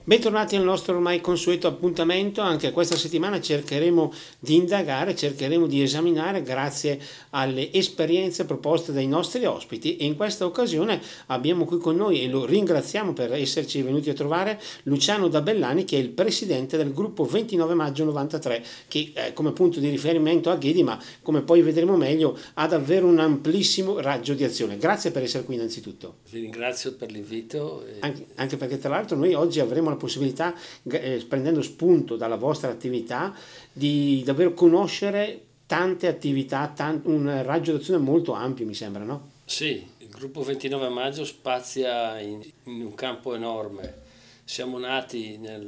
Bentornati al nostro ormai consueto appuntamento. Anche questa settimana cercheremo di indagare, cercheremo di esaminare grazie alle esperienze proposte dai nostri ospiti, e in questa occasione abbiamo qui con noi, e lo ringraziamo per esserci venuti a trovare, Luciano Dabellani, che è il presidente del gruppo 29 maggio 93, che come punto di riferimento a Ghedi, ma come poi vedremo meglio ha davvero un amplissimo raggio di azione. Grazie per essere qui innanzitutto. Vi ringrazio per l'invito. Anche perché tra l'altro noi oggi avremo la possibilità, prendendo spunto dalla vostra attività, di davvero conoscere tante attività, un raggio d'azione molto ampio, mi sembra, no? Sì, il gruppo 29 maggio spazia in un campo enorme. Siamo nati nel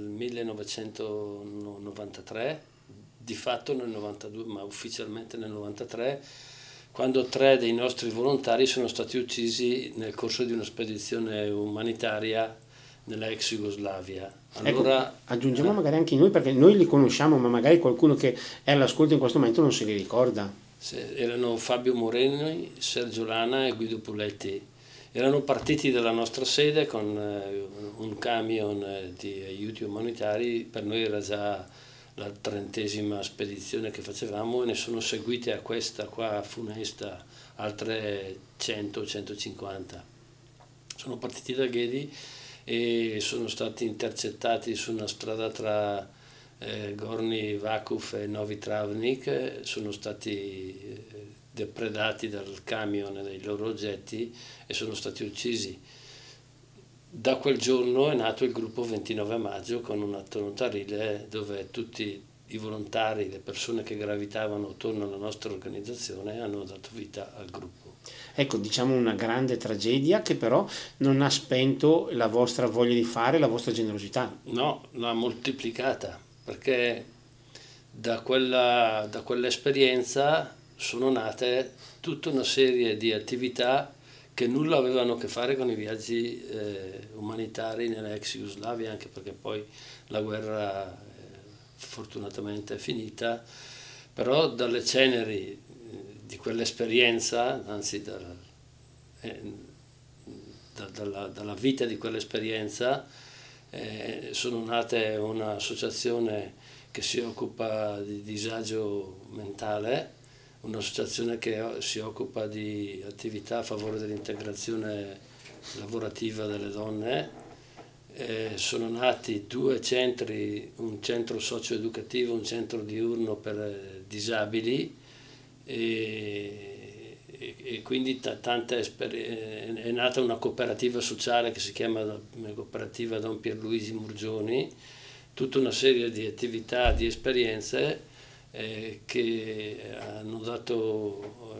1993, di fatto nel 92, ma ufficialmente nel 93, quando 3 dei nostri volontari sono stati uccisi nel corso di una spedizione umanitaria nella ex Jugoslavia. Allora, ecco, aggiungiamo magari anche noi, perché noi li conosciamo, ma magari qualcuno che è all'ascolto in questo momento non se li ricorda. Erano Fabio Moreni, Sergio Lana e Guido Puletti. Erano partiti dalla nostra sede con un camion di aiuti umanitari. Per noi era già la 30ª spedizione che facevamo, e ne sono seguite a questa qua funesta altre 100-150. Sono partiti da Ghedi e sono stati intercettati su una strada tra Gorny Vakuf e Novi Travnik. Sono stati depredati dal camion e dai loro oggetti e sono stati uccisi. Da quel giorno è nato il gruppo 29 maggio con un atto notarile dove tutti i volontari, le persone che gravitavano attorno alla nostra organizzazione hanno dato vita al gruppo. Ecco, diciamo una grande tragedia che però non ha spento la vostra voglia di fare, la vostra generosità. No, l'ha moltiplicata, perché da quell'esperienza sono nate tutta una serie di attività che nulla avevano a che fare con i viaggi umanitari nell'ex Jugoslavia, anche perché poi la guerra fortunatamente è finita, però dalle ceneri di quell'esperienza, anzi dalla vita di quell'esperienza, sono nate un'associazione che si occupa di disagio mentale, un'associazione che si occupa di attività a favore dell'integrazione lavorativa delle donne. Sono nati 2 centri, un centro socio-educativo, un centro diurno per disabili, e quindi è nata una cooperativa sociale che si chiama Cooperativa Don Pierluigi Murgioni, tutta una serie di attività, di esperienze che hanno dato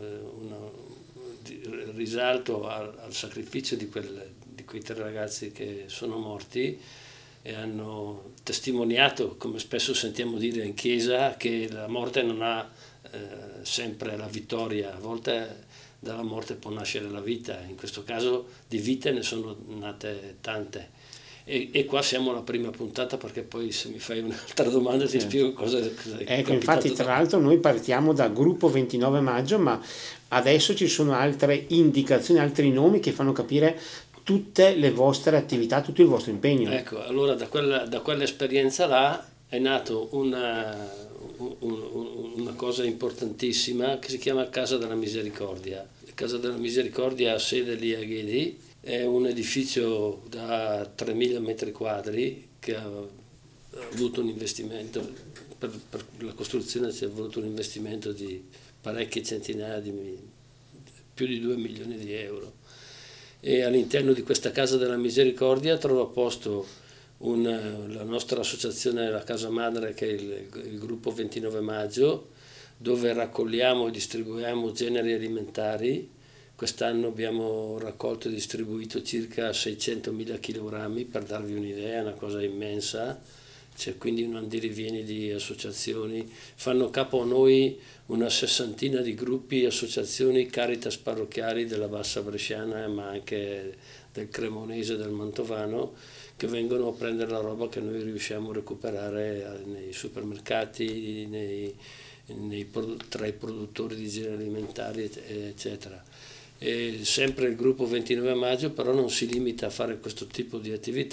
risalto al sacrificio di quei 3 ragazzi che sono morti, e hanno testimoniato, come spesso sentiamo dire in chiesa, che la morte non ha sempre la vittoria. A volte dalla morte può nascere la vita, in questo caso di vite ne sono nate tante. E qua siamo alla prima puntata, perché poi se mi fai un'altra domanda ti spiego cosa è ecco, infatti tra l'altro noi partiamo dal gruppo 29 maggio, ma adesso ci sono altre indicazioni, altri nomi che fanno capire tutte le vostre attività, tutto il vostro impegno. Ecco, allora da quell'esperienza là è nato una cosa importantissima che si chiama Casa della Misericordia. Casa della Misericordia ha sede lì a Ghedi, è un edificio da 3.000 metri quadri che ha avuto un investimento, per la costruzione ci è voluto un investimento di parecchie centinaia più di 2 milioni di euro. E all'interno di questa Casa della Misericordia trova posto la nostra associazione, la Casa Madre, che è il gruppo 29 maggio, dove raccogliamo e distribuiamo generi alimentari. Quest'anno abbiamo raccolto e distribuito circa 600.000 kg, per darvi un'idea, è una cosa immensa. C'è quindi un andirivieni di associazioni, fanno capo a noi una 60ina di gruppi, associazioni, Caritas parrocchiali della Bassa Bresciana, ma anche del Cremonese e del Mantovano, che vengono a prendere la roba che noi riusciamo a recuperare nei supermercati, tra i produttori di generi alimentari, eccetera. E sempre il gruppo 29 maggio però non si limita a fare questo tipo di attività,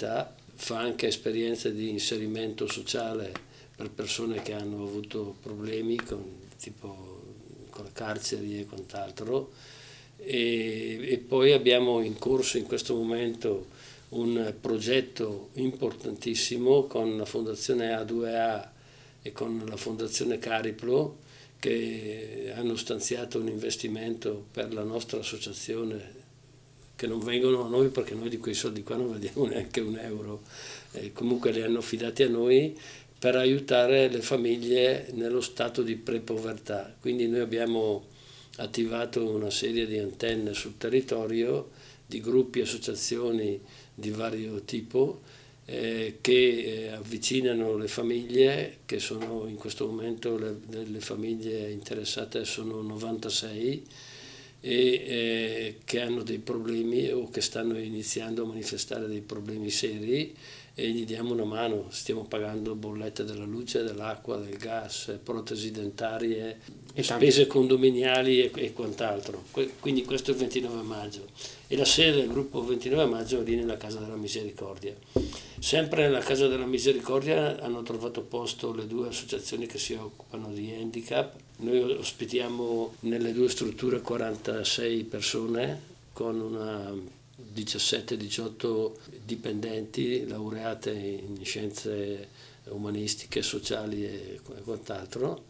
fa anche esperienze di inserimento sociale per persone che hanno avuto problemi con le carceri e quant'altro, e poi abbiamo in corso in questo momento un progetto importantissimo con la Fondazione A2A e con la Fondazione Cariplo, che hanno stanziato un investimento per la nostra associazione, che non vengono a noi perché noi di quei soldi qua non vediamo neanche un euro, comunque li hanno affidati a noi per aiutare le famiglie nello stato di pre-povertà. Quindi noi abbiamo attivato una serie di antenne sul territorio, di gruppi e associazioni di vario tipo, che avvicinano le famiglie, che sono in questo momento le famiglie interessate sono 96, e che hanno dei problemi o che stanno iniziando a manifestare dei problemi seri, e gli diamo una mano. Stiamo pagando bollette della luce, dell'acqua, del gas, protesi dentarie, spese condominiali e quant'altro. Quindi questo è il 29 maggio e la sede del gruppo 29 maggio è lì nella Casa della Misericordia. Sempre nella Casa della Misericordia hanno trovato posto le due associazioni che si occupano di handicap. Noi ospitiamo nelle due strutture 46 persone con una 17-18 dipendenti laureate in scienze umanistiche, sociali e quant'altro,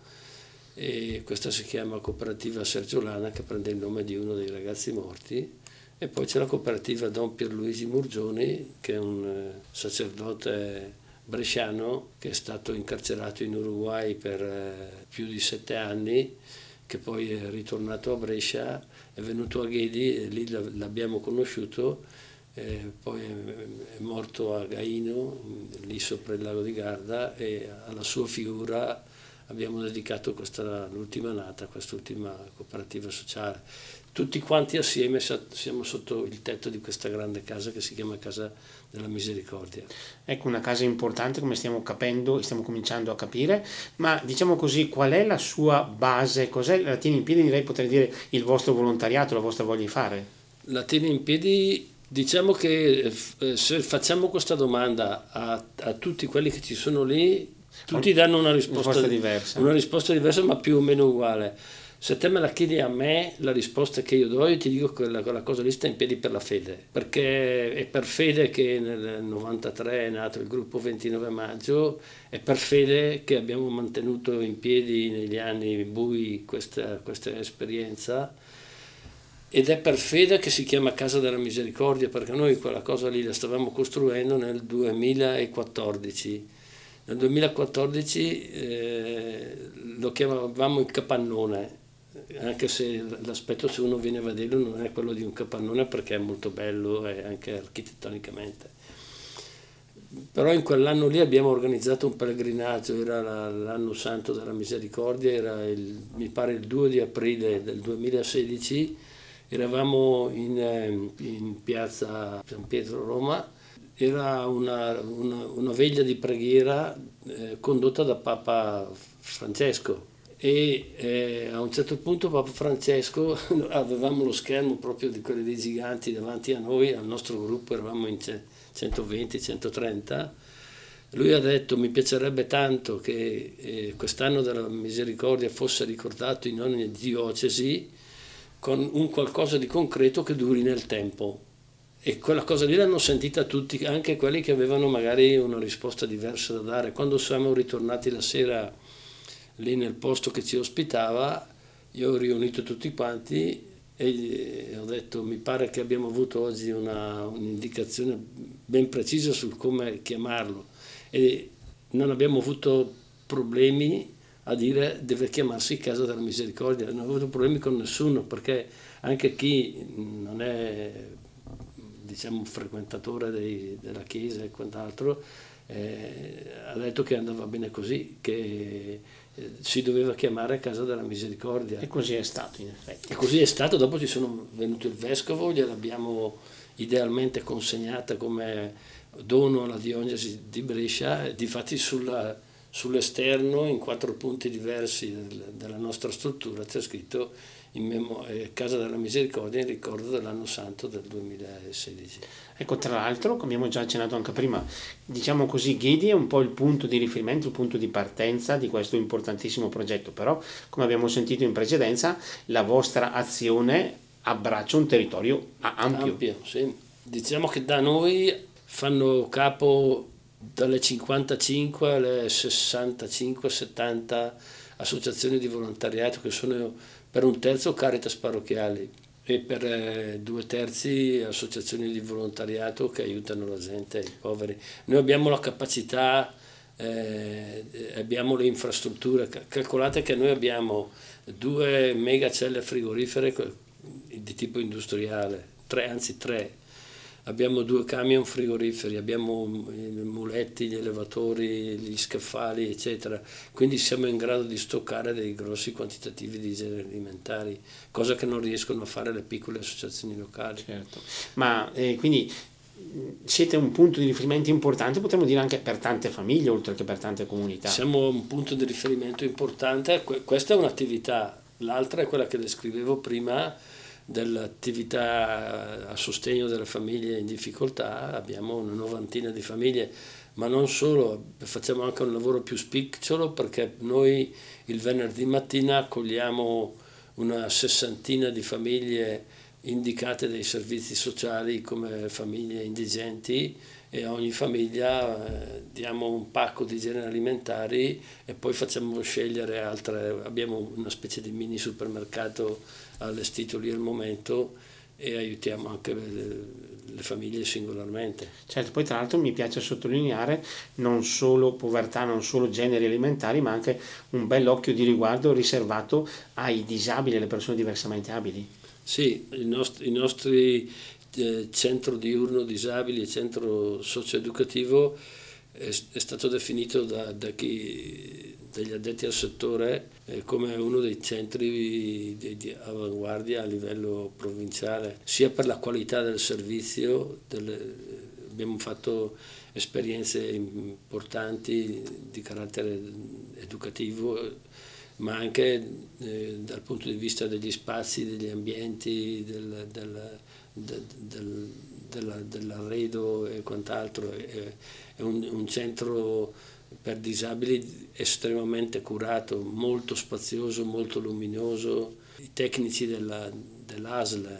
e questa si chiama Cooperativa Sergiolana, che prende il nome di uno dei ragazzi morti. E poi c'è la cooperativa Don Pierluigi Murgioni, che è un sacerdote bresciano che è stato incarcerato in Uruguay per più di 7 anni, che poi è ritornato a Brescia, è venuto a Ghedi e lì l'abbiamo conosciuto, poi è morto a Gaino, lì sopra il lago di Garda, e alla sua figura abbiamo dedicato l'ultima nata, quest'ultima cooperativa sociale. Tutti quanti assieme siamo sotto il tetto di questa grande casa che si chiama Casa della Misericordia. Ecco, una casa importante, come stiamo capendo e stiamo cominciando a capire, ma diciamo così, qual è la sua base? Cos'è la tiene in piedi, potrei dire, il vostro volontariato, la vostra voglia di fare? La tiene in piedi, diciamo che se facciamo questa domanda a tutti quelli che ci sono lì, tutti danno una risposta diversa, ma più o meno uguale. Se te me la chiedi a me, la risposta che io do, io ti dico che quella cosa lì sta in piedi per la fede, perché è per fede che nel 93 è nato il gruppo 29 maggio, è per fede che abbiamo mantenuto in piedi negli anni bui questa esperienza, ed è per fede che si chiama Casa della Misericordia, perché noi quella cosa lì la stavamo costruendo nel 2014. Nel 2014 lo chiamavamo il capannone, anche se l'aspetto, se uno viene a vederlo, non è quello di un capannone, perché è molto bello e anche architettonicamente. Però in quell'anno lì abbiamo organizzato un pellegrinaggio, era l'anno santo della Misericordia, era mi pare il 2 di aprile del 2016, eravamo in piazza San Pietro, Roma. Era una veglia di preghiera condotta da Papa Francesco, e a un certo punto Papa Francesco, avevamo lo schermo proprio di quelli dei giganti davanti a noi, al nostro gruppo eravamo in 120-130, lui ha detto: mi piacerebbe tanto che quest'anno della Misericordia fosse ricordato in ogni diocesi con un qualcosa di concreto che duri nel tempo. E quella cosa lì l'hanno sentita tutti, anche quelli che avevano magari una risposta diversa da dare. Quando siamo ritornati la sera lì nel posto che ci ospitava, io ho riunito tutti quanti e ho detto: mi pare che abbiamo avuto oggi un'indicazione ben precisa sul come chiamarlo, e non abbiamo avuto problemi a dire deve chiamarsi Casa della Misericordia, non ho avuto problemi con nessuno, perché anche chi non è, diciamo, un frequentatore della Chiesa e quant'altro, ha detto che andava bene così, che si doveva chiamare Casa della Misericordia. E così è stato, in effetti. E così è stato. Dopo ci sono venuto il vescovo, gliel'abbiamo idealmente consegnata come dono alla diocesi di Brescia, e difatti sull'esterno, in 4 punti diversi della nostra struttura, c'è scritto Casa della Misericordia in ricordo dell'anno santo del 2016. Ecco, tra l'altro, come abbiamo già accennato anche prima, diciamo così, Ghedi è un po' il punto di riferimento, il punto di partenza di questo importantissimo progetto, però, come abbiamo sentito in precedenza, la vostra azione abbraccia un territorio ampio. Sì. Diciamo che da noi fanno capo dalle 55 alle 65-70 associazioni di volontariato, che sono per un terzo Caritas parrocchiali e per 2/3 associazioni di volontariato che aiutano la gente, i poveri. Noi abbiamo la capacità, abbiamo le infrastrutture. Calcolate che noi abbiamo 2 megacelle frigorifere di tipo industriale, 3. Abbiamo 2 camion frigoriferi, abbiamo i muletti, gli elevatori, gli scaffali, eccetera. Quindi siamo in grado di stoccare dei grossi quantitativi di generi alimentari, cosa che non riescono a fare le piccole associazioni locali. Certo. Ma quindi siete un punto di riferimento importante, potremmo dire anche per tante famiglie, oltre che per tante comunità. Siamo un punto di riferimento importante, questa è un'attività, l'altra è quella che descrivevo prima, dell'attività a sostegno delle famiglie in difficoltà. Abbiamo una 90 di famiglie, ma non solo, facciamo anche un lavoro più spicciolo, perché noi il venerdì mattina accogliamo una 60 di famiglie indicate dai servizi sociali come famiglie indigenti, e a ogni famiglia diamo un pacco di generi alimentari e poi facciamo scegliere altre. Abbiamo una specie di mini supermercato allestito lì al momento e aiutiamo anche le famiglie singolarmente. Certo, poi tra l'altro mi piace sottolineare non solo povertà, non solo generi alimentari, ma anche un bel occhio di riguardo riservato ai disabili, alle persone diversamente abili. Sì, i nostri centro diurno disabili e centro socioeducativo è stato definito dagli addetti al settore come uno dei centri di avanguardia a livello provinciale, sia per la qualità del servizio, abbiamo fatto esperienze importanti di carattere educativo, ma anche dal punto di vista degli spazi, degli ambienti, dell'arredo e quant'altro. È un centro per disabili estremamente curato, molto spazioso, molto luminoso. I tecnici dell'ASL,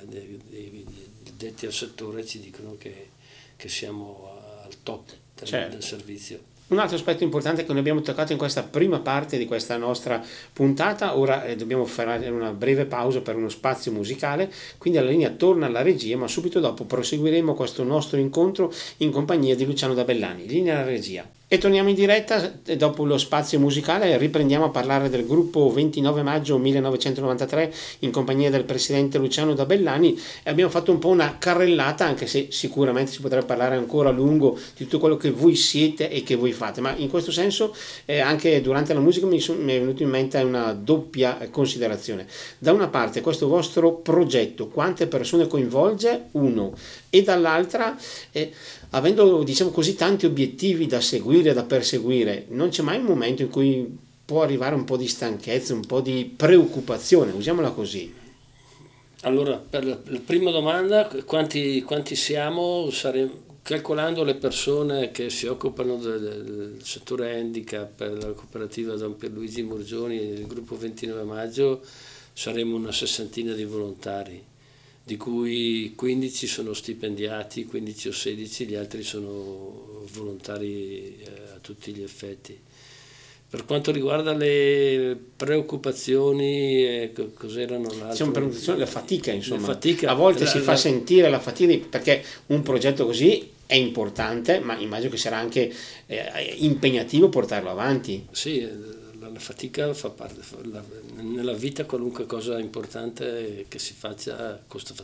detti al settore, ci dicono che siamo al top del servizio. Un altro aspetto importante che noi abbiamo toccato in questa prima parte di questa nostra puntata, ora dobbiamo fare una breve pausa per uno spazio musicale, quindi alla linea torna alla regia, ma subito dopo proseguiremo questo nostro incontro in compagnia di Luciano da Bellani. Linea alla regia. E torniamo in diretta e dopo lo spazio musicale riprendiamo a parlare del gruppo 29 maggio 1993 in compagnia del presidente Luciano da Bellani, e abbiamo fatto un po' una carrellata, anche se sicuramente si potrebbe parlare ancora a lungo di tutto quello che voi siete e che voi fate, ma in questo senso anche durante la musica mi è venuto in mente una doppia considerazione. Da una parte questo vostro progetto quante persone coinvolge, uno, e dall'altra avendo, diciamo così, tanti obiettivi da seguire, da perseguire, non c'è mai un momento in cui può arrivare un po' di stanchezza, un po' di preoccupazione, usiamola così? Allora, per la prima domanda, quanti siamo? Calcolando le persone che si occupano del settore handicap, la cooperativa Don Pierluigi Murgioni e il gruppo 29 maggio, saremo una 60 di volontari, di cui 15 sono stipendiati, 15 o 16, gli altri sono volontari a tutti gli effetti. Per quanto riguarda le preoccupazioni, cos'erano l'altro? La fatica, insomma. La fatica, a volte si fa sentire la fatica, perché un progetto così è importante, ma immagino che sarà anche impegnativo portarlo avanti. Sì, la fatica fa parte, nella vita qualunque cosa importante che si faccia costa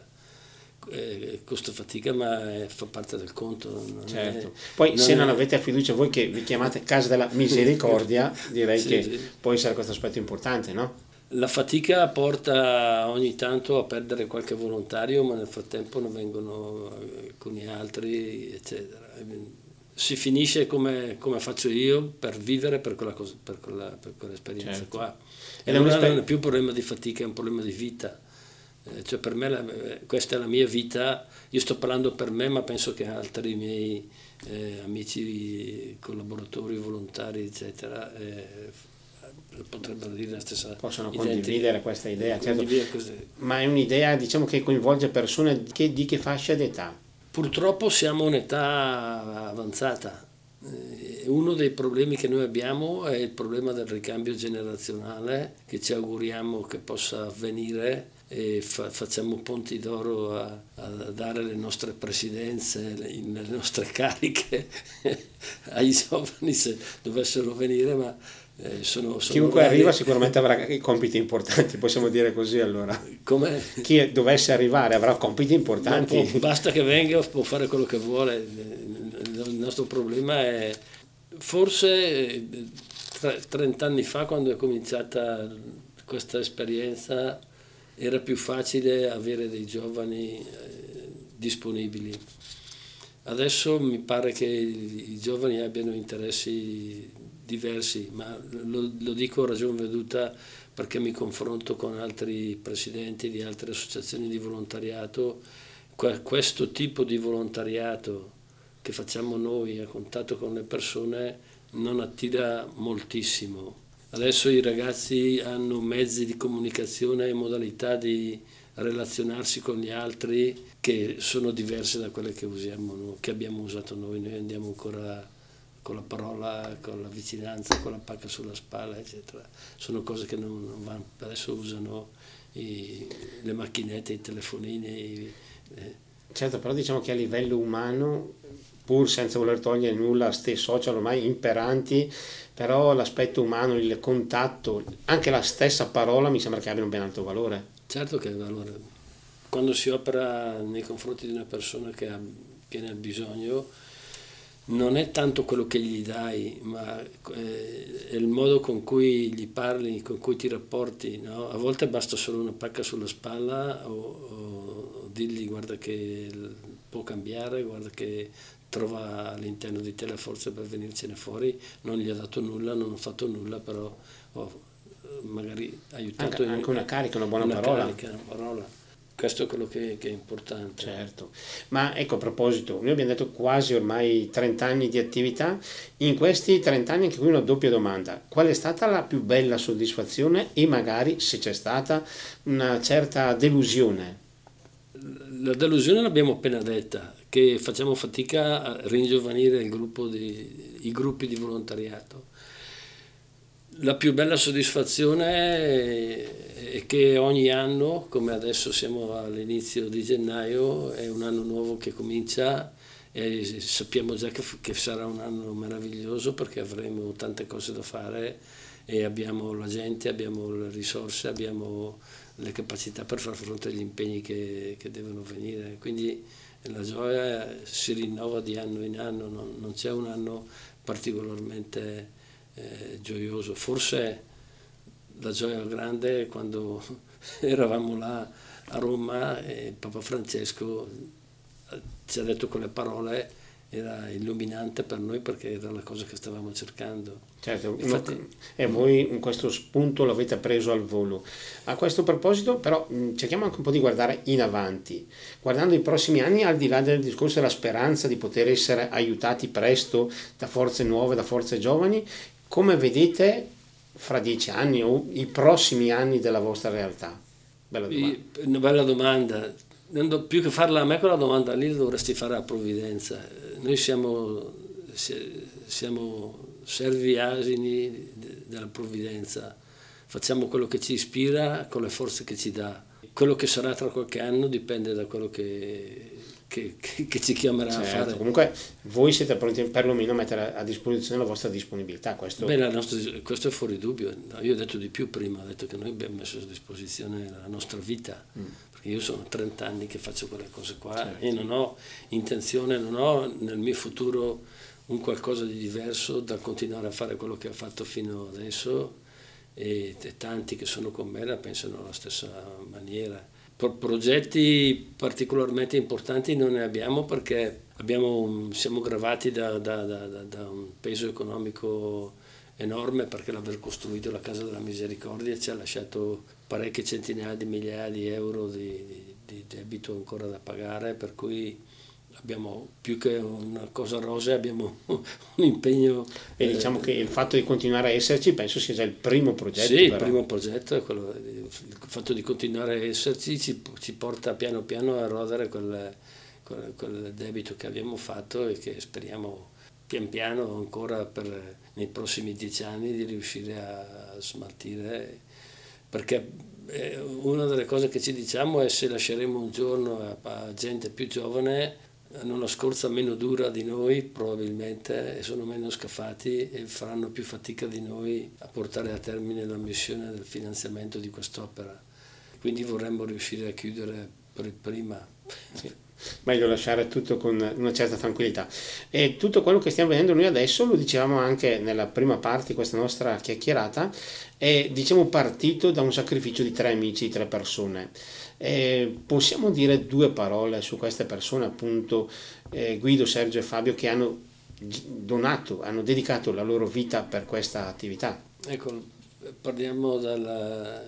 fatica, ma fa parte del conto. Certo. Poi se non avete fiducia voi che vi chiamate Casa della Misericordia, direi che poi sarà questo aspetto importante, no? La fatica porta ogni tanto a perdere qualche volontario, ma nel frattempo ne vengono alcuni altri, eccetera. si finisce come faccio io per vivere per quella cosa, per quell'esperienza Certo. qua. Ed E è non è più un problema di fatica, è un problema di vita. Cioè per me questa è la mia vita, io sto parlando per me, ma penso che altri miei amici, collaboratori, volontari, eccetera, potrebbero dire la stessa possono identica. condividere questa idea, certo. Così. Ma è un'idea, diciamo, che coinvolge persone di che fascia d'età? Purtroppo siamo un'età avanzata. Uno dei problemi che noi abbiamo è il problema del ricambio generazionale, che ci auguriamo che possa avvenire, e facciamo ponti d'oro a dare le nostre presidenze, le nostre cariche ai giovani se dovessero venire, ma sono Chiunque arriva sicuramente avrà compiti importanti, possiamo dire così allora. Come? Chi dovesse arrivare avrà compiti importanti. Basta che venga, può fare quello che vuole. Il nostro problema è forse 30 anni fa, quando è cominciata questa esperienza, era più facile avere dei giovani disponibili. Adesso mi pare che i giovani abbiano interessi diversi, ma lo dico a ragion veduta perché mi confronto con altri presidenti di altre associazioni di volontariato. Questo tipo di volontariato che facciamo noi a contatto con le persone non attira moltissimo. Adesso i ragazzi hanno mezzi di comunicazione e modalità di relazionarsi con gli altri che sono diverse da quelle che usiamo, che abbiamo usato noi. Noi andiamo ancora con la parola, con la vicinanza, con la pacca sulla spalla, eccetera. Sono cose che non vanno. Adesso usano le macchinette, i telefonini. Certo, però diciamo che a livello umano, pur senza voler togliere nulla a ste social ormai imperanti, però l'aspetto umano, il contatto, anche la stessa parola mi sembra che abbiano ben alto valore. Certo che valore. Quando si opera nei confronti di una persona che ne ha bisogno, non è tanto quello che gli dai, ma è il modo con cui gli parli, con cui ti rapporti, no? A volte basta solo una pacca sulla spalla o dirgli guarda che può cambiare, guarda che trova all'interno di te la forza per venircene fuori. Non gli ha dato nulla, non ho fatto nulla, però ho magari aiutato Anche una carica, una buona parola. Questo è quello che è importante. Certo, ma ecco, a proposito, noi abbiamo detto quasi ormai 30 anni di attività. In questi 30 anni anche qui una doppia domanda: qual è stata la più bella soddisfazione e magari, se c'è stata, una certa delusione? La delusione l'abbiamo appena detta, che facciamo fatica a ringiovanire i gruppi di volontariato. La più bella soddisfazione è che ogni anno, come adesso siamo all'inizio di gennaio, è un anno nuovo che comincia e sappiamo già che sarà un anno meraviglioso perché avremo tante cose da fare e abbiamo la gente, abbiamo le risorse, abbiamo le capacità per far fronte agli impegni che devono venire. Quindi la gioia si rinnova di anno in anno, non c'è un anno particolarmente gioioso. Forse la gioia grande è quando eravamo là a Roma e Papa Francesco ci ha detto quelle parole, era illuminante per noi perché era la cosa che stavamo cercando. Certo, Infatti, e voi in questo spunto l'avete preso al volo. A questo proposito però cerchiamo anche un po' di guardare in avanti, guardando i prossimi anni, al di là del discorso della speranza di poter essere aiutati presto da forze nuove, da forze giovani. Come vedete fra 10 anni o i prossimi anni della vostra realtà? Bella domanda. Una bella domanda. Più che farla a me quella domanda lì la dovresti fare a Provvidenza. Noi siamo servi asini della Provvidenza, facciamo quello che ci ispira con le forze che ci dà. Quello che sarà tra qualche anno dipende da quello che ci chiamerà a fare. Comunque voi siete pronti perlomeno a mettere a disposizione la vostra disponibilità. Questo Questo è fuori dubbio. Io ho detto di più prima, ho detto che noi abbiamo messo a disposizione la nostra vita, perché io sono 30 anni che faccio quelle cose qua, certo. E non ho intenzione, non ho nel mio futuro un qualcosa di diverso da continuare a fare quello che ho fatto fino adesso, e tanti che sono con me la pensano alla stessa maniera. Progetti particolarmente importanti non ne abbiamo perché siamo gravati da un peso economico enorme, perché l'aver costruito la Casa della Misericordia ci ha lasciato parecchie centinaia di migliaia di euro di debito ancora da pagare, per cui abbiamo più che una cosa rosea, abbiamo un impegno. E diciamo che il fatto di continuare a esserci penso sia già il primo progetto. Sì, il primo progetto è quello, il fatto di continuare a esserci ci porta piano piano a rodere quel debito che abbiamo fatto e che speriamo pian piano ancora nei prossimi 10 anni di riuscire a smaltire, perché una delle cose che ci diciamo è: se lasceremo un giorno a gente più giovane, hanno una scorza meno dura di noi probabilmente e sono meno scafati e faranno più fatica di noi a portare a termine la missione del finanziamento di quest'opera. Quindi vorremmo riuscire a chiudere prima. Sì. Meglio lasciare tutto con una certa tranquillità. E tutto quello che stiamo vedendo noi adesso, lo dicevamo anche nella prima parte di questa nostra chiacchierata, è diciamo partito da un sacrificio di 3 amici, 3 persone. Possiamo dire 2 parole su queste persone, appunto Guido, Sergio e Fabio, che hanno hanno dedicato la loro vita per questa attività? Ecco, parliamo da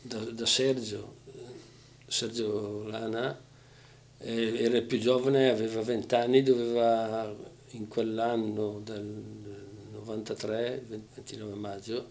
Sergio Lana. Era il più giovane, aveva 20 anni, doveva in quell'anno del 93, 29 maggio,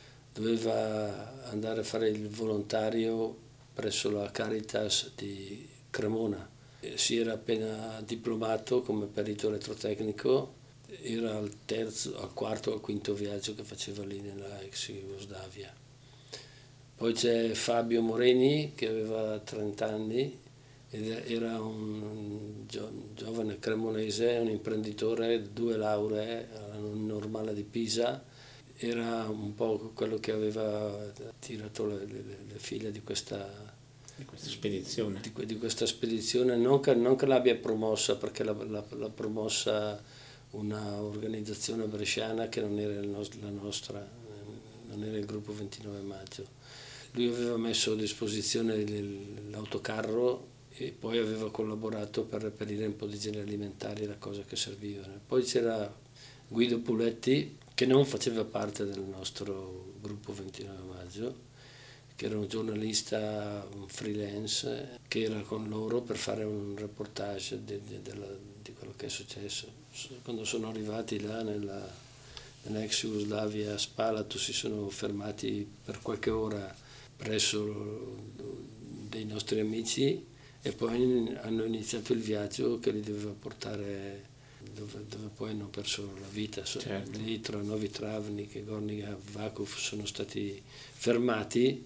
doveva andare a fare il volontario presso la Caritas di Cremona. Si era appena diplomato come perito elettrotecnico, era al quarto o al quinto viaggio che faceva lì nella ex Jugoslavia. Poi c'è Fabio Moreni che aveva 30 anni, era un giovane cremonese, un imprenditore, 2 lauree alla normale di Pisa, era un po' quello che aveva tirato le fila di questa spedizione. Di questa spedizione, non che l'abbia promossa, perché l'ha promossa una organizzazione bresciana che non era la nostra, non era il gruppo 29 maggio. Lui aveva messo a disposizione l'autocarro e poi aveva collaborato per reperire un po' di generi alimentari e le cose che servivano. Poi c'era Guido Puletti, che non faceva parte del nostro gruppo 29 maggio, che era un giornalista, un freelance, che era con loro per fare un reportage di quello che è successo. Quando sono arrivati là nell'ex Jugoslavia a Spalato, si sono fermati per qualche ora presso dei nostri amici e poi hanno iniziato il viaggio che li doveva portare dove poi hanno perso la vita. Certo. Lì tra Novi Travnik e Gornji Vakuf sono stati fermati,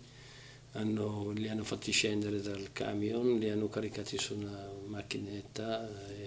li hanno fatti scendere dal camion, li hanno caricati su una macchinetta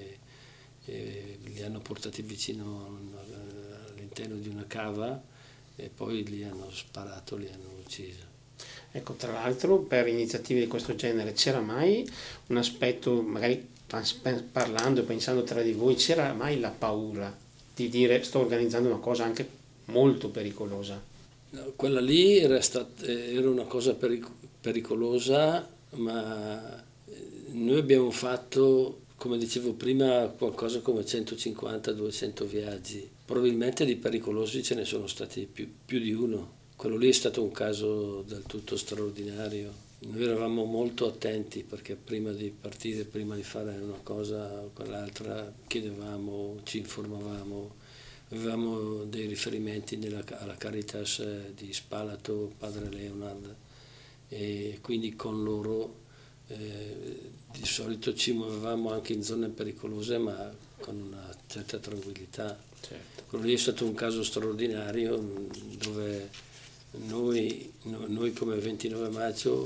e li hanno portati vicino all'interno di una cava e poi li hanno sparato, li hanno ucciso. Ecco, tra l'altro per iniziative di questo genere c'era mai un aspetto, magari parlando e pensando tra di voi, c'era mai la paura di dire sto organizzando una cosa anche molto pericolosa? No, quella lì era una cosa pericolosa, ma noi abbiamo fatto, come dicevo prima, qualcosa come 150-200 viaggi. Probabilmente di pericolosi ce ne sono stati più di uno. Quello lì è stato un caso del tutto straordinario. Noi eravamo molto attenti perché prima di partire, prima di fare una cosa o quell'altra, chiedevamo, ci informavamo, avevamo dei riferimenti alla Caritas di Spalato, Padre Leonard, e quindi con loro di solito ci muovevamo anche in zone pericolose ma con una certa tranquillità. Certo. Quello lì è stato un caso straordinario dove noi come 29 maggio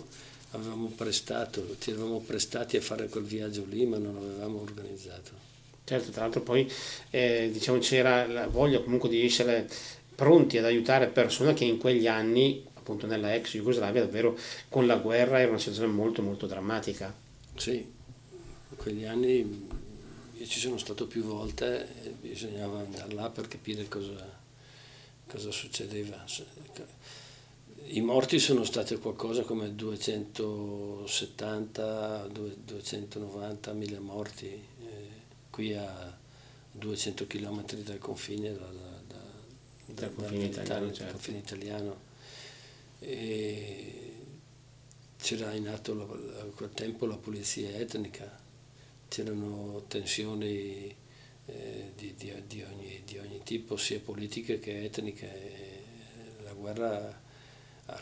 ci eravamo prestati a fare quel viaggio lì, ma non l'avevamo organizzato. Certo, tra l'altro poi diciamo c'era la voglia comunque di essere pronti ad aiutare persone che in quegli anni, appunto nella ex Jugoslavia, davvero con la guerra era una situazione molto molto drammatica. Sì, in quegli anni io ci sono stato più volte e bisognava andare là per capire cosa succedeva. I morti sono stati qualcosa come 270, 290 mila morti, qui a 200 km dal confine, Dal confine italiano, certo. confine italiano. E c'era in atto a quel tempo la pulizia etnica, c'erano tensioni di ogni tipo, sia politiche che etniche. La guerra ha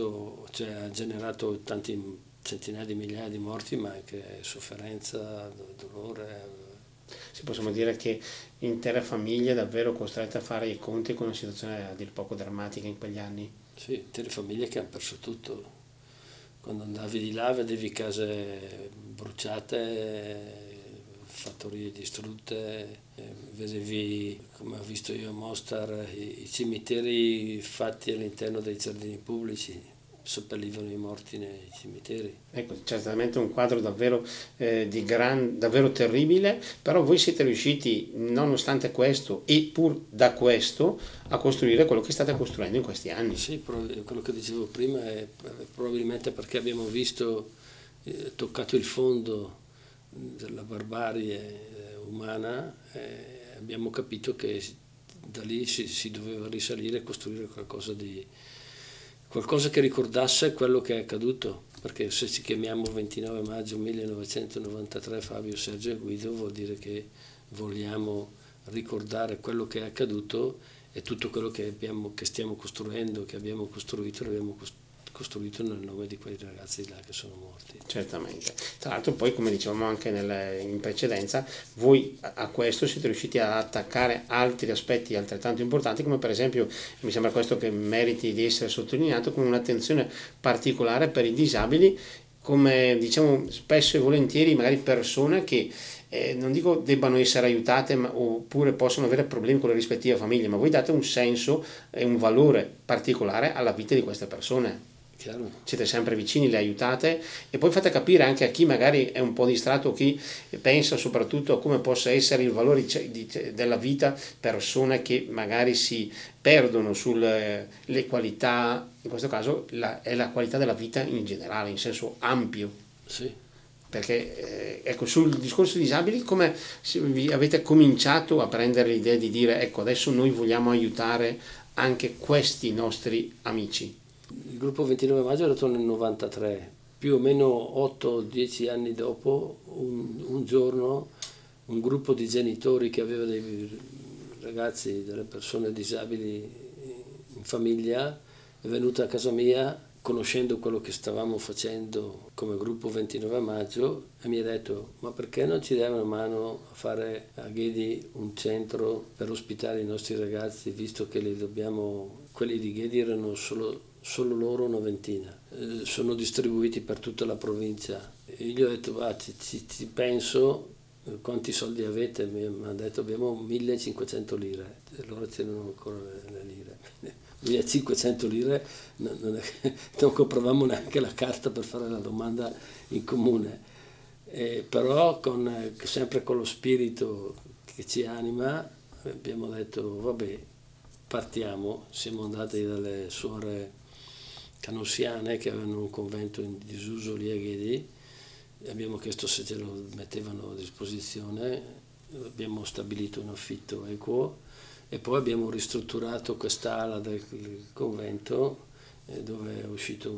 generato tanti centinaia di migliaia di morti, ma anche sofferenza, dolore. Sì, possiamo dire che intere famiglie davvero costrette a fare i conti con una situazione a dir poco drammatica in quegli anni. Sì, intere famiglie che hanno perso tutto. Quando andavi di là vedevi case bruciate, fattorie distrutte, vedevi, come ho visto io a Mostar, i cimiteri fatti all'interno dei giardini pubblici, seppellivano i morti nei cimiteri. Ecco, certamente un quadro davvero, davvero terribile, però voi siete riusciti, nonostante questo e pur da questo, a costruire quello che state costruendo in questi anni. Sì, quello che dicevo prima è probabilmente perché abbiamo visto, toccato il fondo della barbarie umana, abbiamo capito che da lì si doveva risalire e costruire qualcosa che ricordasse quello che è accaduto, perché se ci chiamiamo 29 maggio 1993 Fabio, Sergio e Guido vuol dire che vogliamo ricordare quello che è accaduto e tutto quello che stiamo costruendo, che abbiamo costruito, l'abbiamo costruito nel nome di quei ragazzi là che sono morti. Certamente. Tra l'altro poi, come dicevamo anche in precedenza, voi a questo siete riusciti ad attaccare altri aspetti altrettanto importanti, come per esempio, mi sembra questo che meriti di essere sottolineato, con un'attenzione particolare per i disabili, come diciamo spesso e volentieri magari persone che non dico debbano essere aiutate oppure possono avere problemi con le rispettive famiglie, ma voi date un senso e un valore particolare alla vita di queste persone. Chiaro. Siete sempre vicini, le aiutate e poi fate capire anche a chi magari è un po' distratto, chi pensa soprattutto a come possa essere il valore della vita, persone che magari si perdono sulle qualità, in questo caso è la qualità della vita in generale, in senso ampio. Sì. Perché ecco, sul discorso disabili, come avete cominciato a prendere l'idea di dire ecco adesso noi vogliamo aiutare anche questi nostri amici? Il gruppo 29 maggio è nato nel 93, più o meno 8-10 anni dopo, un giorno un gruppo di genitori che aveva dei ragazzi, delle persone disabili in famiglia, è venuto a casa mia conoscendo quello che stavamo facendo come gruppo 29 maggio e mi ha detto: ma perché non ci dai una mano a fare a Ghedi un centro per ospitare i nostri ragazzi, visto che quelli di Ghedi erano solo loro una ventina, sono distribuiti per tutta la provincia. E gli ho detto: va, ci penso. Quanti soldi avete? Mi ha detto: abbiamo 1500 lire, e allora c'erano ancora le lire. 1500 lire non compravamo neanche la carta per fare la domanda in comune, però sempre con lo spirito che ci anima abbiamo detto: vabbè, partiamo. Siamo andati dalle suore canossiane che avevano un convento in disuso lì a Ghedi, abbiamo chiesto se ce lo mettevano a disposizione, abbiamo stabilito un affitto equo e poi abbiamo ristrutturato quest'ala del convento dove è uscito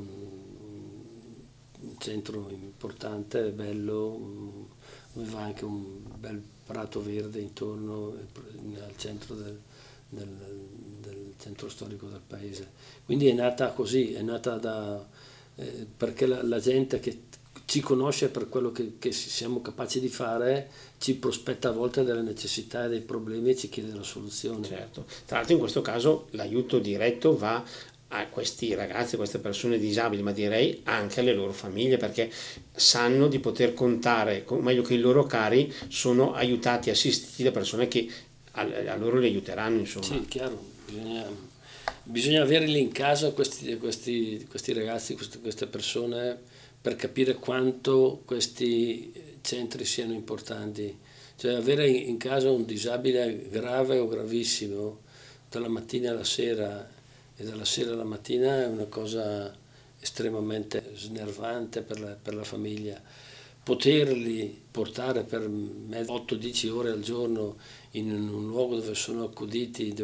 un centro importante, bello, aveva anche un bel prato verde intorno al centro del centro storico del paese. Quindi è nata così, è nata perché la gente che ci conosce per quello che siamo capaci di fare, ci prospetta a volte delle necessità e dei problemi e ci chiede la soluzione. Certo, tra l'altro in questo caso l'aiuto diretto va a questi ragazzi, a queste persone disabili, ma direi anche alle loro famiglie, perché sanno di poter contare, o meglio che i loro cari sono aiutati, assistiti da persone che a loro li aiuteranno, insomma. Sì, chiaro, bisogna averli in casa questi ragazzi, queste persone, per capire quanto questi centri siano importanti. Cioè avere in casa un disabile grave o gravissimo dalla mattina alla sera e dalla sera alla mattina è una cosa estremamente snervante per la famiglia. Poterli portare per 8-10 ore al giorno in un luogo dove sono accuditi,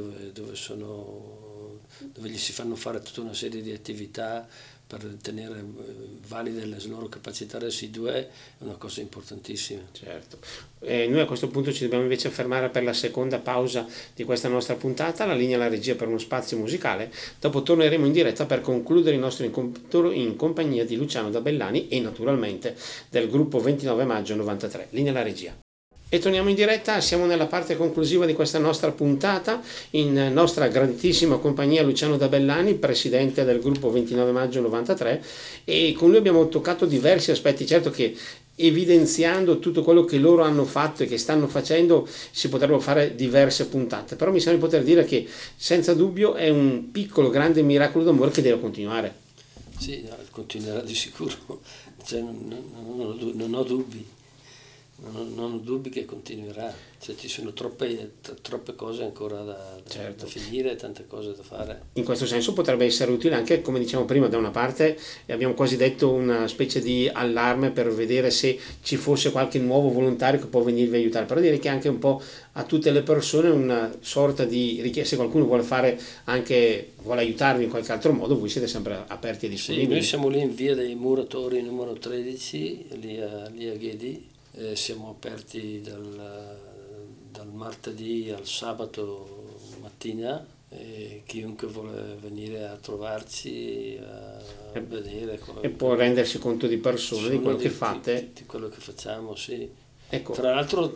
dove gli si fanno fare tutta una serie di attività per tenere valide le loro capacità residue è una cosa importantissima. Certo. Noi a questo punto ci dobbiamo invece fermare per la seconda pausa di questa nostra puntata, la linea alla regia per uno spazio musicale, dopo torneremo in diretta per concludere il nostro incontro in compagnia di Luciano da Bellani e naturalmente del gruppo 29 maggio 93. Linea alla regia. E torniamo in diretta, siamo nella parte conclusiva di questa nostra puntata, in nostra grandissima compagnia Luciano da Bellani, presidente del gruppo 29 maggio 93, e con lui abbiamo toccato diversi aspetti, certo che evidenziando tutto quello che loro hanno fatto e che stanno facendo si potrebbero fare diverse puntate, però mi sembra di poter dire che senza dubbio è un piccolo grande miracolo d'amore che deve continuare. Sì, no, continuerà di sicuro, cioè, non ho dubbi. Non ho dubbi che continuerà, cioè, ci sono troppe cose ancora da finire, tante cose da fare. In questo senso potrebbe essere utile anche, come diciamo prima, da una parte abbiamo quasi detto una specie di allarme per vedere se ci fosse qualche nuovo volontario che può venirvi a aiutare, però direi che anche un po' a tutte le persone una sorta di richiesta, se qualcuno vuole fare anche, vuole aiutarvi in qualche altro modo, voi siete sempre aperti e disponibili. Sì, noi siamo lì in via dei Muratori numero 13, lì a Ghedi. Siamo aperti dal martedì al sabato mattina e chiunque vuole venire a trovarci, a vedere. E può rendersi conto di persona di quello che fate. Di quello che facciamo, sì. Ecco. Tra l'altro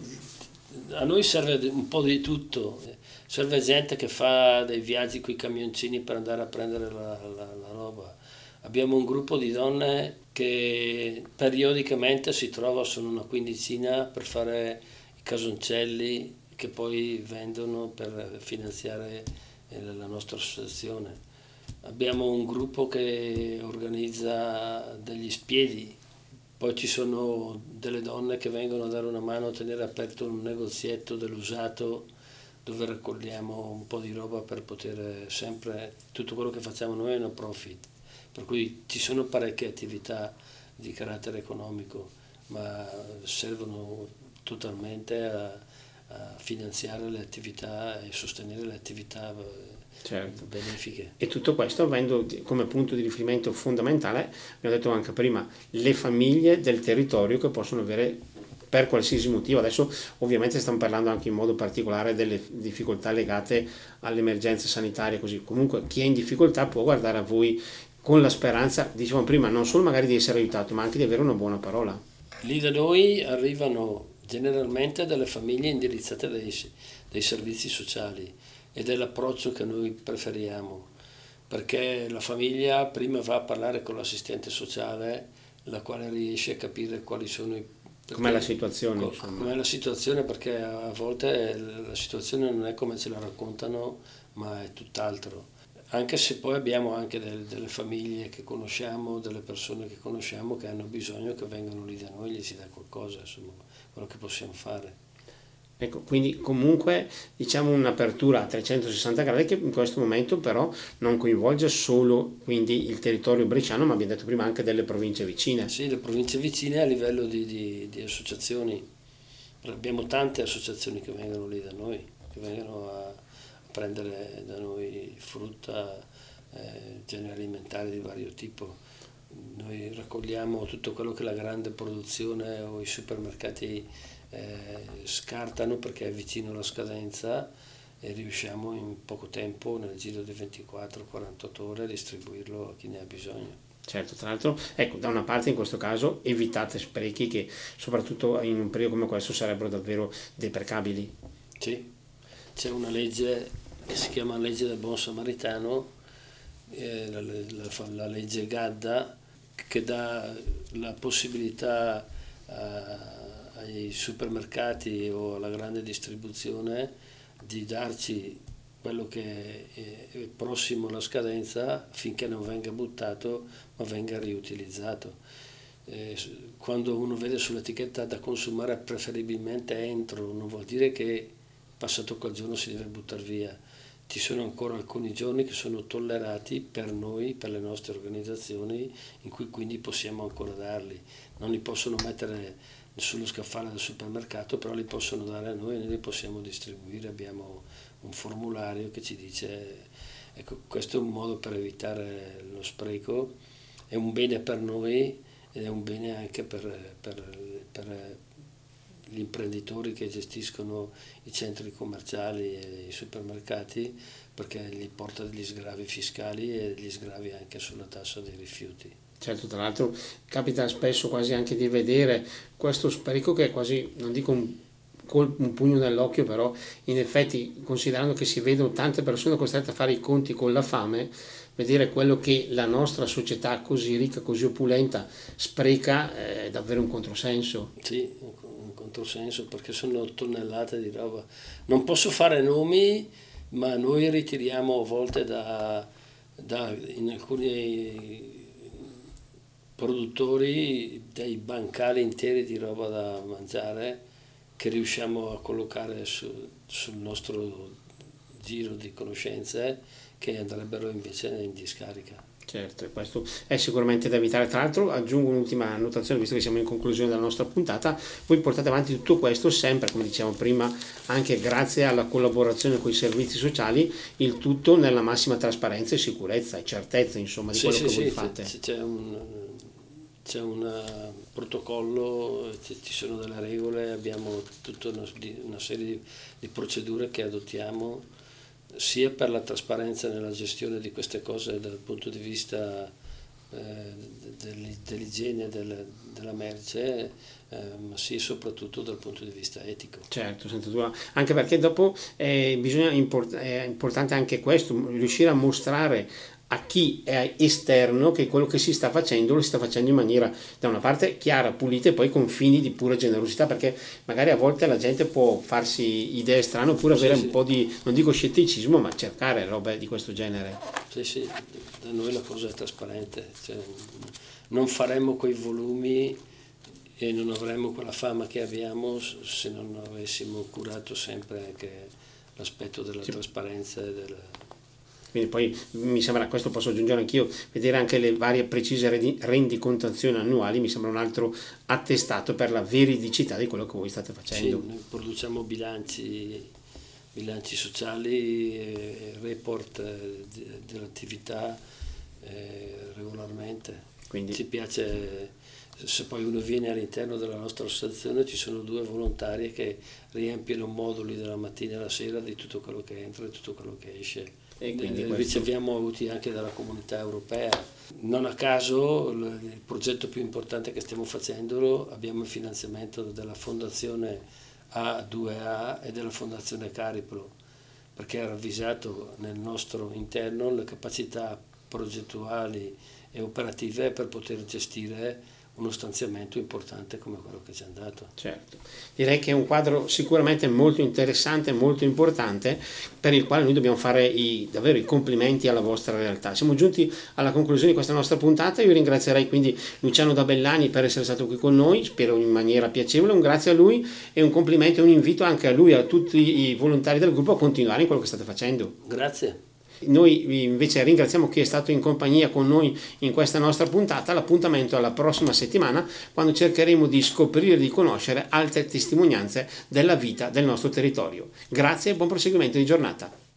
a noi serve un po' di tutto, serve gente che fa dei viaggi con i camioncini per andare a prendere la roba. Abbiamo un gruppo di donne che periodicamente si trova, sono una quindicina, per fare i casoncelli che poi vendono per finanziare la nostra associazione. Abbiamo un gruppo che organizza degli spiedi, poi ci sono delle donne che vengono a dare una mano a tenere aperto un negozietto dell'usato dove raccogliamo un po' di roba per poter sempre, tutto quello che facciamo noi è no profit. Per cui ci sono parecchie attività di carattere economico, ma servono totalmente a finanziare le attività e sostenere le attività benefiche. E tutto questo avendo come punto di riferimento fondamentale, abbiamo detto anche prima, le famiglie del territorio che possono avere per qualsiasi motivo. Adesso ovviamente stiamo parlando anche in modo particolare delle difficoltà legate all'emergenza sanitaria, così comunque chi è in difficoltà può guardare a voi con la speranza, dicevamo prima, non solo magari di essere aiutato, ma anche di avere una buona parola. Lì da noi arrivano generalmente delle famiglie indirizzate dai servizi sociali ed è l'approccio che noi preferiamo, perché la famiglia prima va a parlare con l'assistente sociale, la quale riesce a capire quali sono com'è la situazione. Com'è la situazione, perché a volte la situazione non è come ce la raccontano, ma è tutt'altro. Anche se poi abbiamo anche delle famiglie che conosciamo, delle persone che conosciamo che hanno bisogno che vengano lì da noi, gli si dà qualcosa, insomma, quello che possiamo fare. Ecco, quindi comunque diciamo un'apertura a 360 gradi che in questo momento però non coinvolge solo quindi il territorio bresciano, ma abbiamo detto prima anche delle province vicine. Sì, le province vicine a livello di associazioni. Abbiamo tante associazioni che vengono lì da noi, che vengono a prendere da noi frutta, generi alimentari di vario tipo. Noi raccogliamo tutto quello che la grande produzione o i supermercati scartano perché è vicino alla scadenza e riusciamo in poco tempo, nel giro di 24-48 ore, a distribuirlo a chi ne ha bisogno. Certo, tra l'altro, ecco, da una parte in questo caso evitate sprechi che soprattutto in un periodo come questo sarebbero davvero deprecabili. Sì, c'è una legge che si chiama legge del buon samaritano, la legge Gadda, che dà la possibilità ai supermercati o alla grande distribuzione di darci quello che è prossimo alla scadenza finché non venga buttato ma venga riutilizzato. Quando uno vede sull'etichetta da consumare preferibilmente entro, non vuol dire che passato quel giorno si deve buttare via. ci sono ancora alcuni giorni che sono tollerati per noi, per le nostre organizzazioni, in cui quindi possiamo ancora darli. Non li possono mettere sullo scaffale del supermercato, però li possono dare a noi e noi li possiamo distribuire. Abbiamo un formulario che ci dice, ecco, questo è un modo per evitare lo spreco, è un bene per noi ed è un bene anche per gli imprenditori che gestiscono i centri commerciali e i supermercati, perché gli porta degli sgravi fiscali e degli sgravi anche sulla tassa dei rifiuti. Certo, tra l'altro capita spesso quasi anche di vedere questo spreco che è quasi, non dico un pugno nell'occhio, però in effetti, considerando che si vedono tante persone costrette a fare i conti con la fame, vedere quello che la nostra società così ricca, così opulenta spreca è davvero un controsenso. Sì, un controsenso, perché sono tonnellate di roba. Non posso fare nomi, ma noi ritiriamo a volte in alcuni produttori dei bancali interi di roba da mangiare che riusciamo a collocare sul nostro giro di conoscenze, che andrebbero invece in discarica. Certo, e questo è sicuramente da evitare. Tra l'altro aggiungo un'ultima annotazione, visto che siamo in conclusione della nostra puntata: voi portate avanti tutto questo sempre, come dicevamo prima, anche grazie alla collaborazione con i servizi sociali, il tutto nella massima trasparenza e sicurezza e certezza, insomma, di quello che voi fate. C'è un protocollo, ci sono delle regole, abbiamo tutta una serie di procedure che adottiamo sia per la trasparenza nella gestione di queste cose dal punto di vista dell'igiene della merce, ma sì, soprattutto dal punto di vista etico. Certo, senza dubbio, anche perché dopo è importante anche questo, riuscire a mostrare a chi è esterno che quello che si sta facendo lo si sta facendo in maniera, da una parte, chiara, pulita, e poi con fini di pura generosità, perché magari a volte la gente può farsi idee strane oppure avere un po' di, non dico scetticismo, ma cercare robe di questo genere. Sì, da noi la cosa è trasparente, cioè, non faremmo quei volumi e non avremmo quella fama che abbiamo se non avessimo curato sempre anche l'aspetto della trasparenza e del... Quindi poi mi sembra, questo posso aggiungere anch'io, vedere anche le varie precise rendicontazioni annuali mi sembra un altro attestato per la veridicità di quello che voi state facendo. Sì, noi produciamo bilanci sociali, report dell'attività regolarmente. Quindi ci piace, se poi uno viene all'interno della nostra associazione, ci sono 2 volontarie che riempiono moduli dalla mattina alla sera di tutto quello che entra e tutto quello che esce. E quindi riceviamo aiuti anche dalla comunità europea. Non a caso il progetto più importante che stiamo facendo, abbiamo il finanziamento della Fondazione A2A e della Fondazione Cariplo, perché ha ravvisato nel nostro interno le capacità progettuali e operative per poter gestire uno stanziamento importante come quello che ci hanno dato. Certo, direi che è un quadro sicuramente molto interessante, molto importante, per il quale noi dobbiamo fare davvero i complimenti alla vostra realtà. Siamo giunti alla conclusione di questa nostra puntata. Io ringrazierei quindi Luciano Dabellani per essere stato qui con noi, spero in maniera piacevole. Un grazie a lui e un complimento e un invito anche a lui e a tutti i volontari del gruppo a continuare in quello che state facendo. Grazie. Noi invece ringraziamo chi è stato in compagnia con noi in questa nostra puntata. L'appuntamento è alla prossima settimana, quando cercheremo di scoprire e di conoscere altre testimonianze della vita del nostro territorio. Grazie e buon proseguimento di giornata.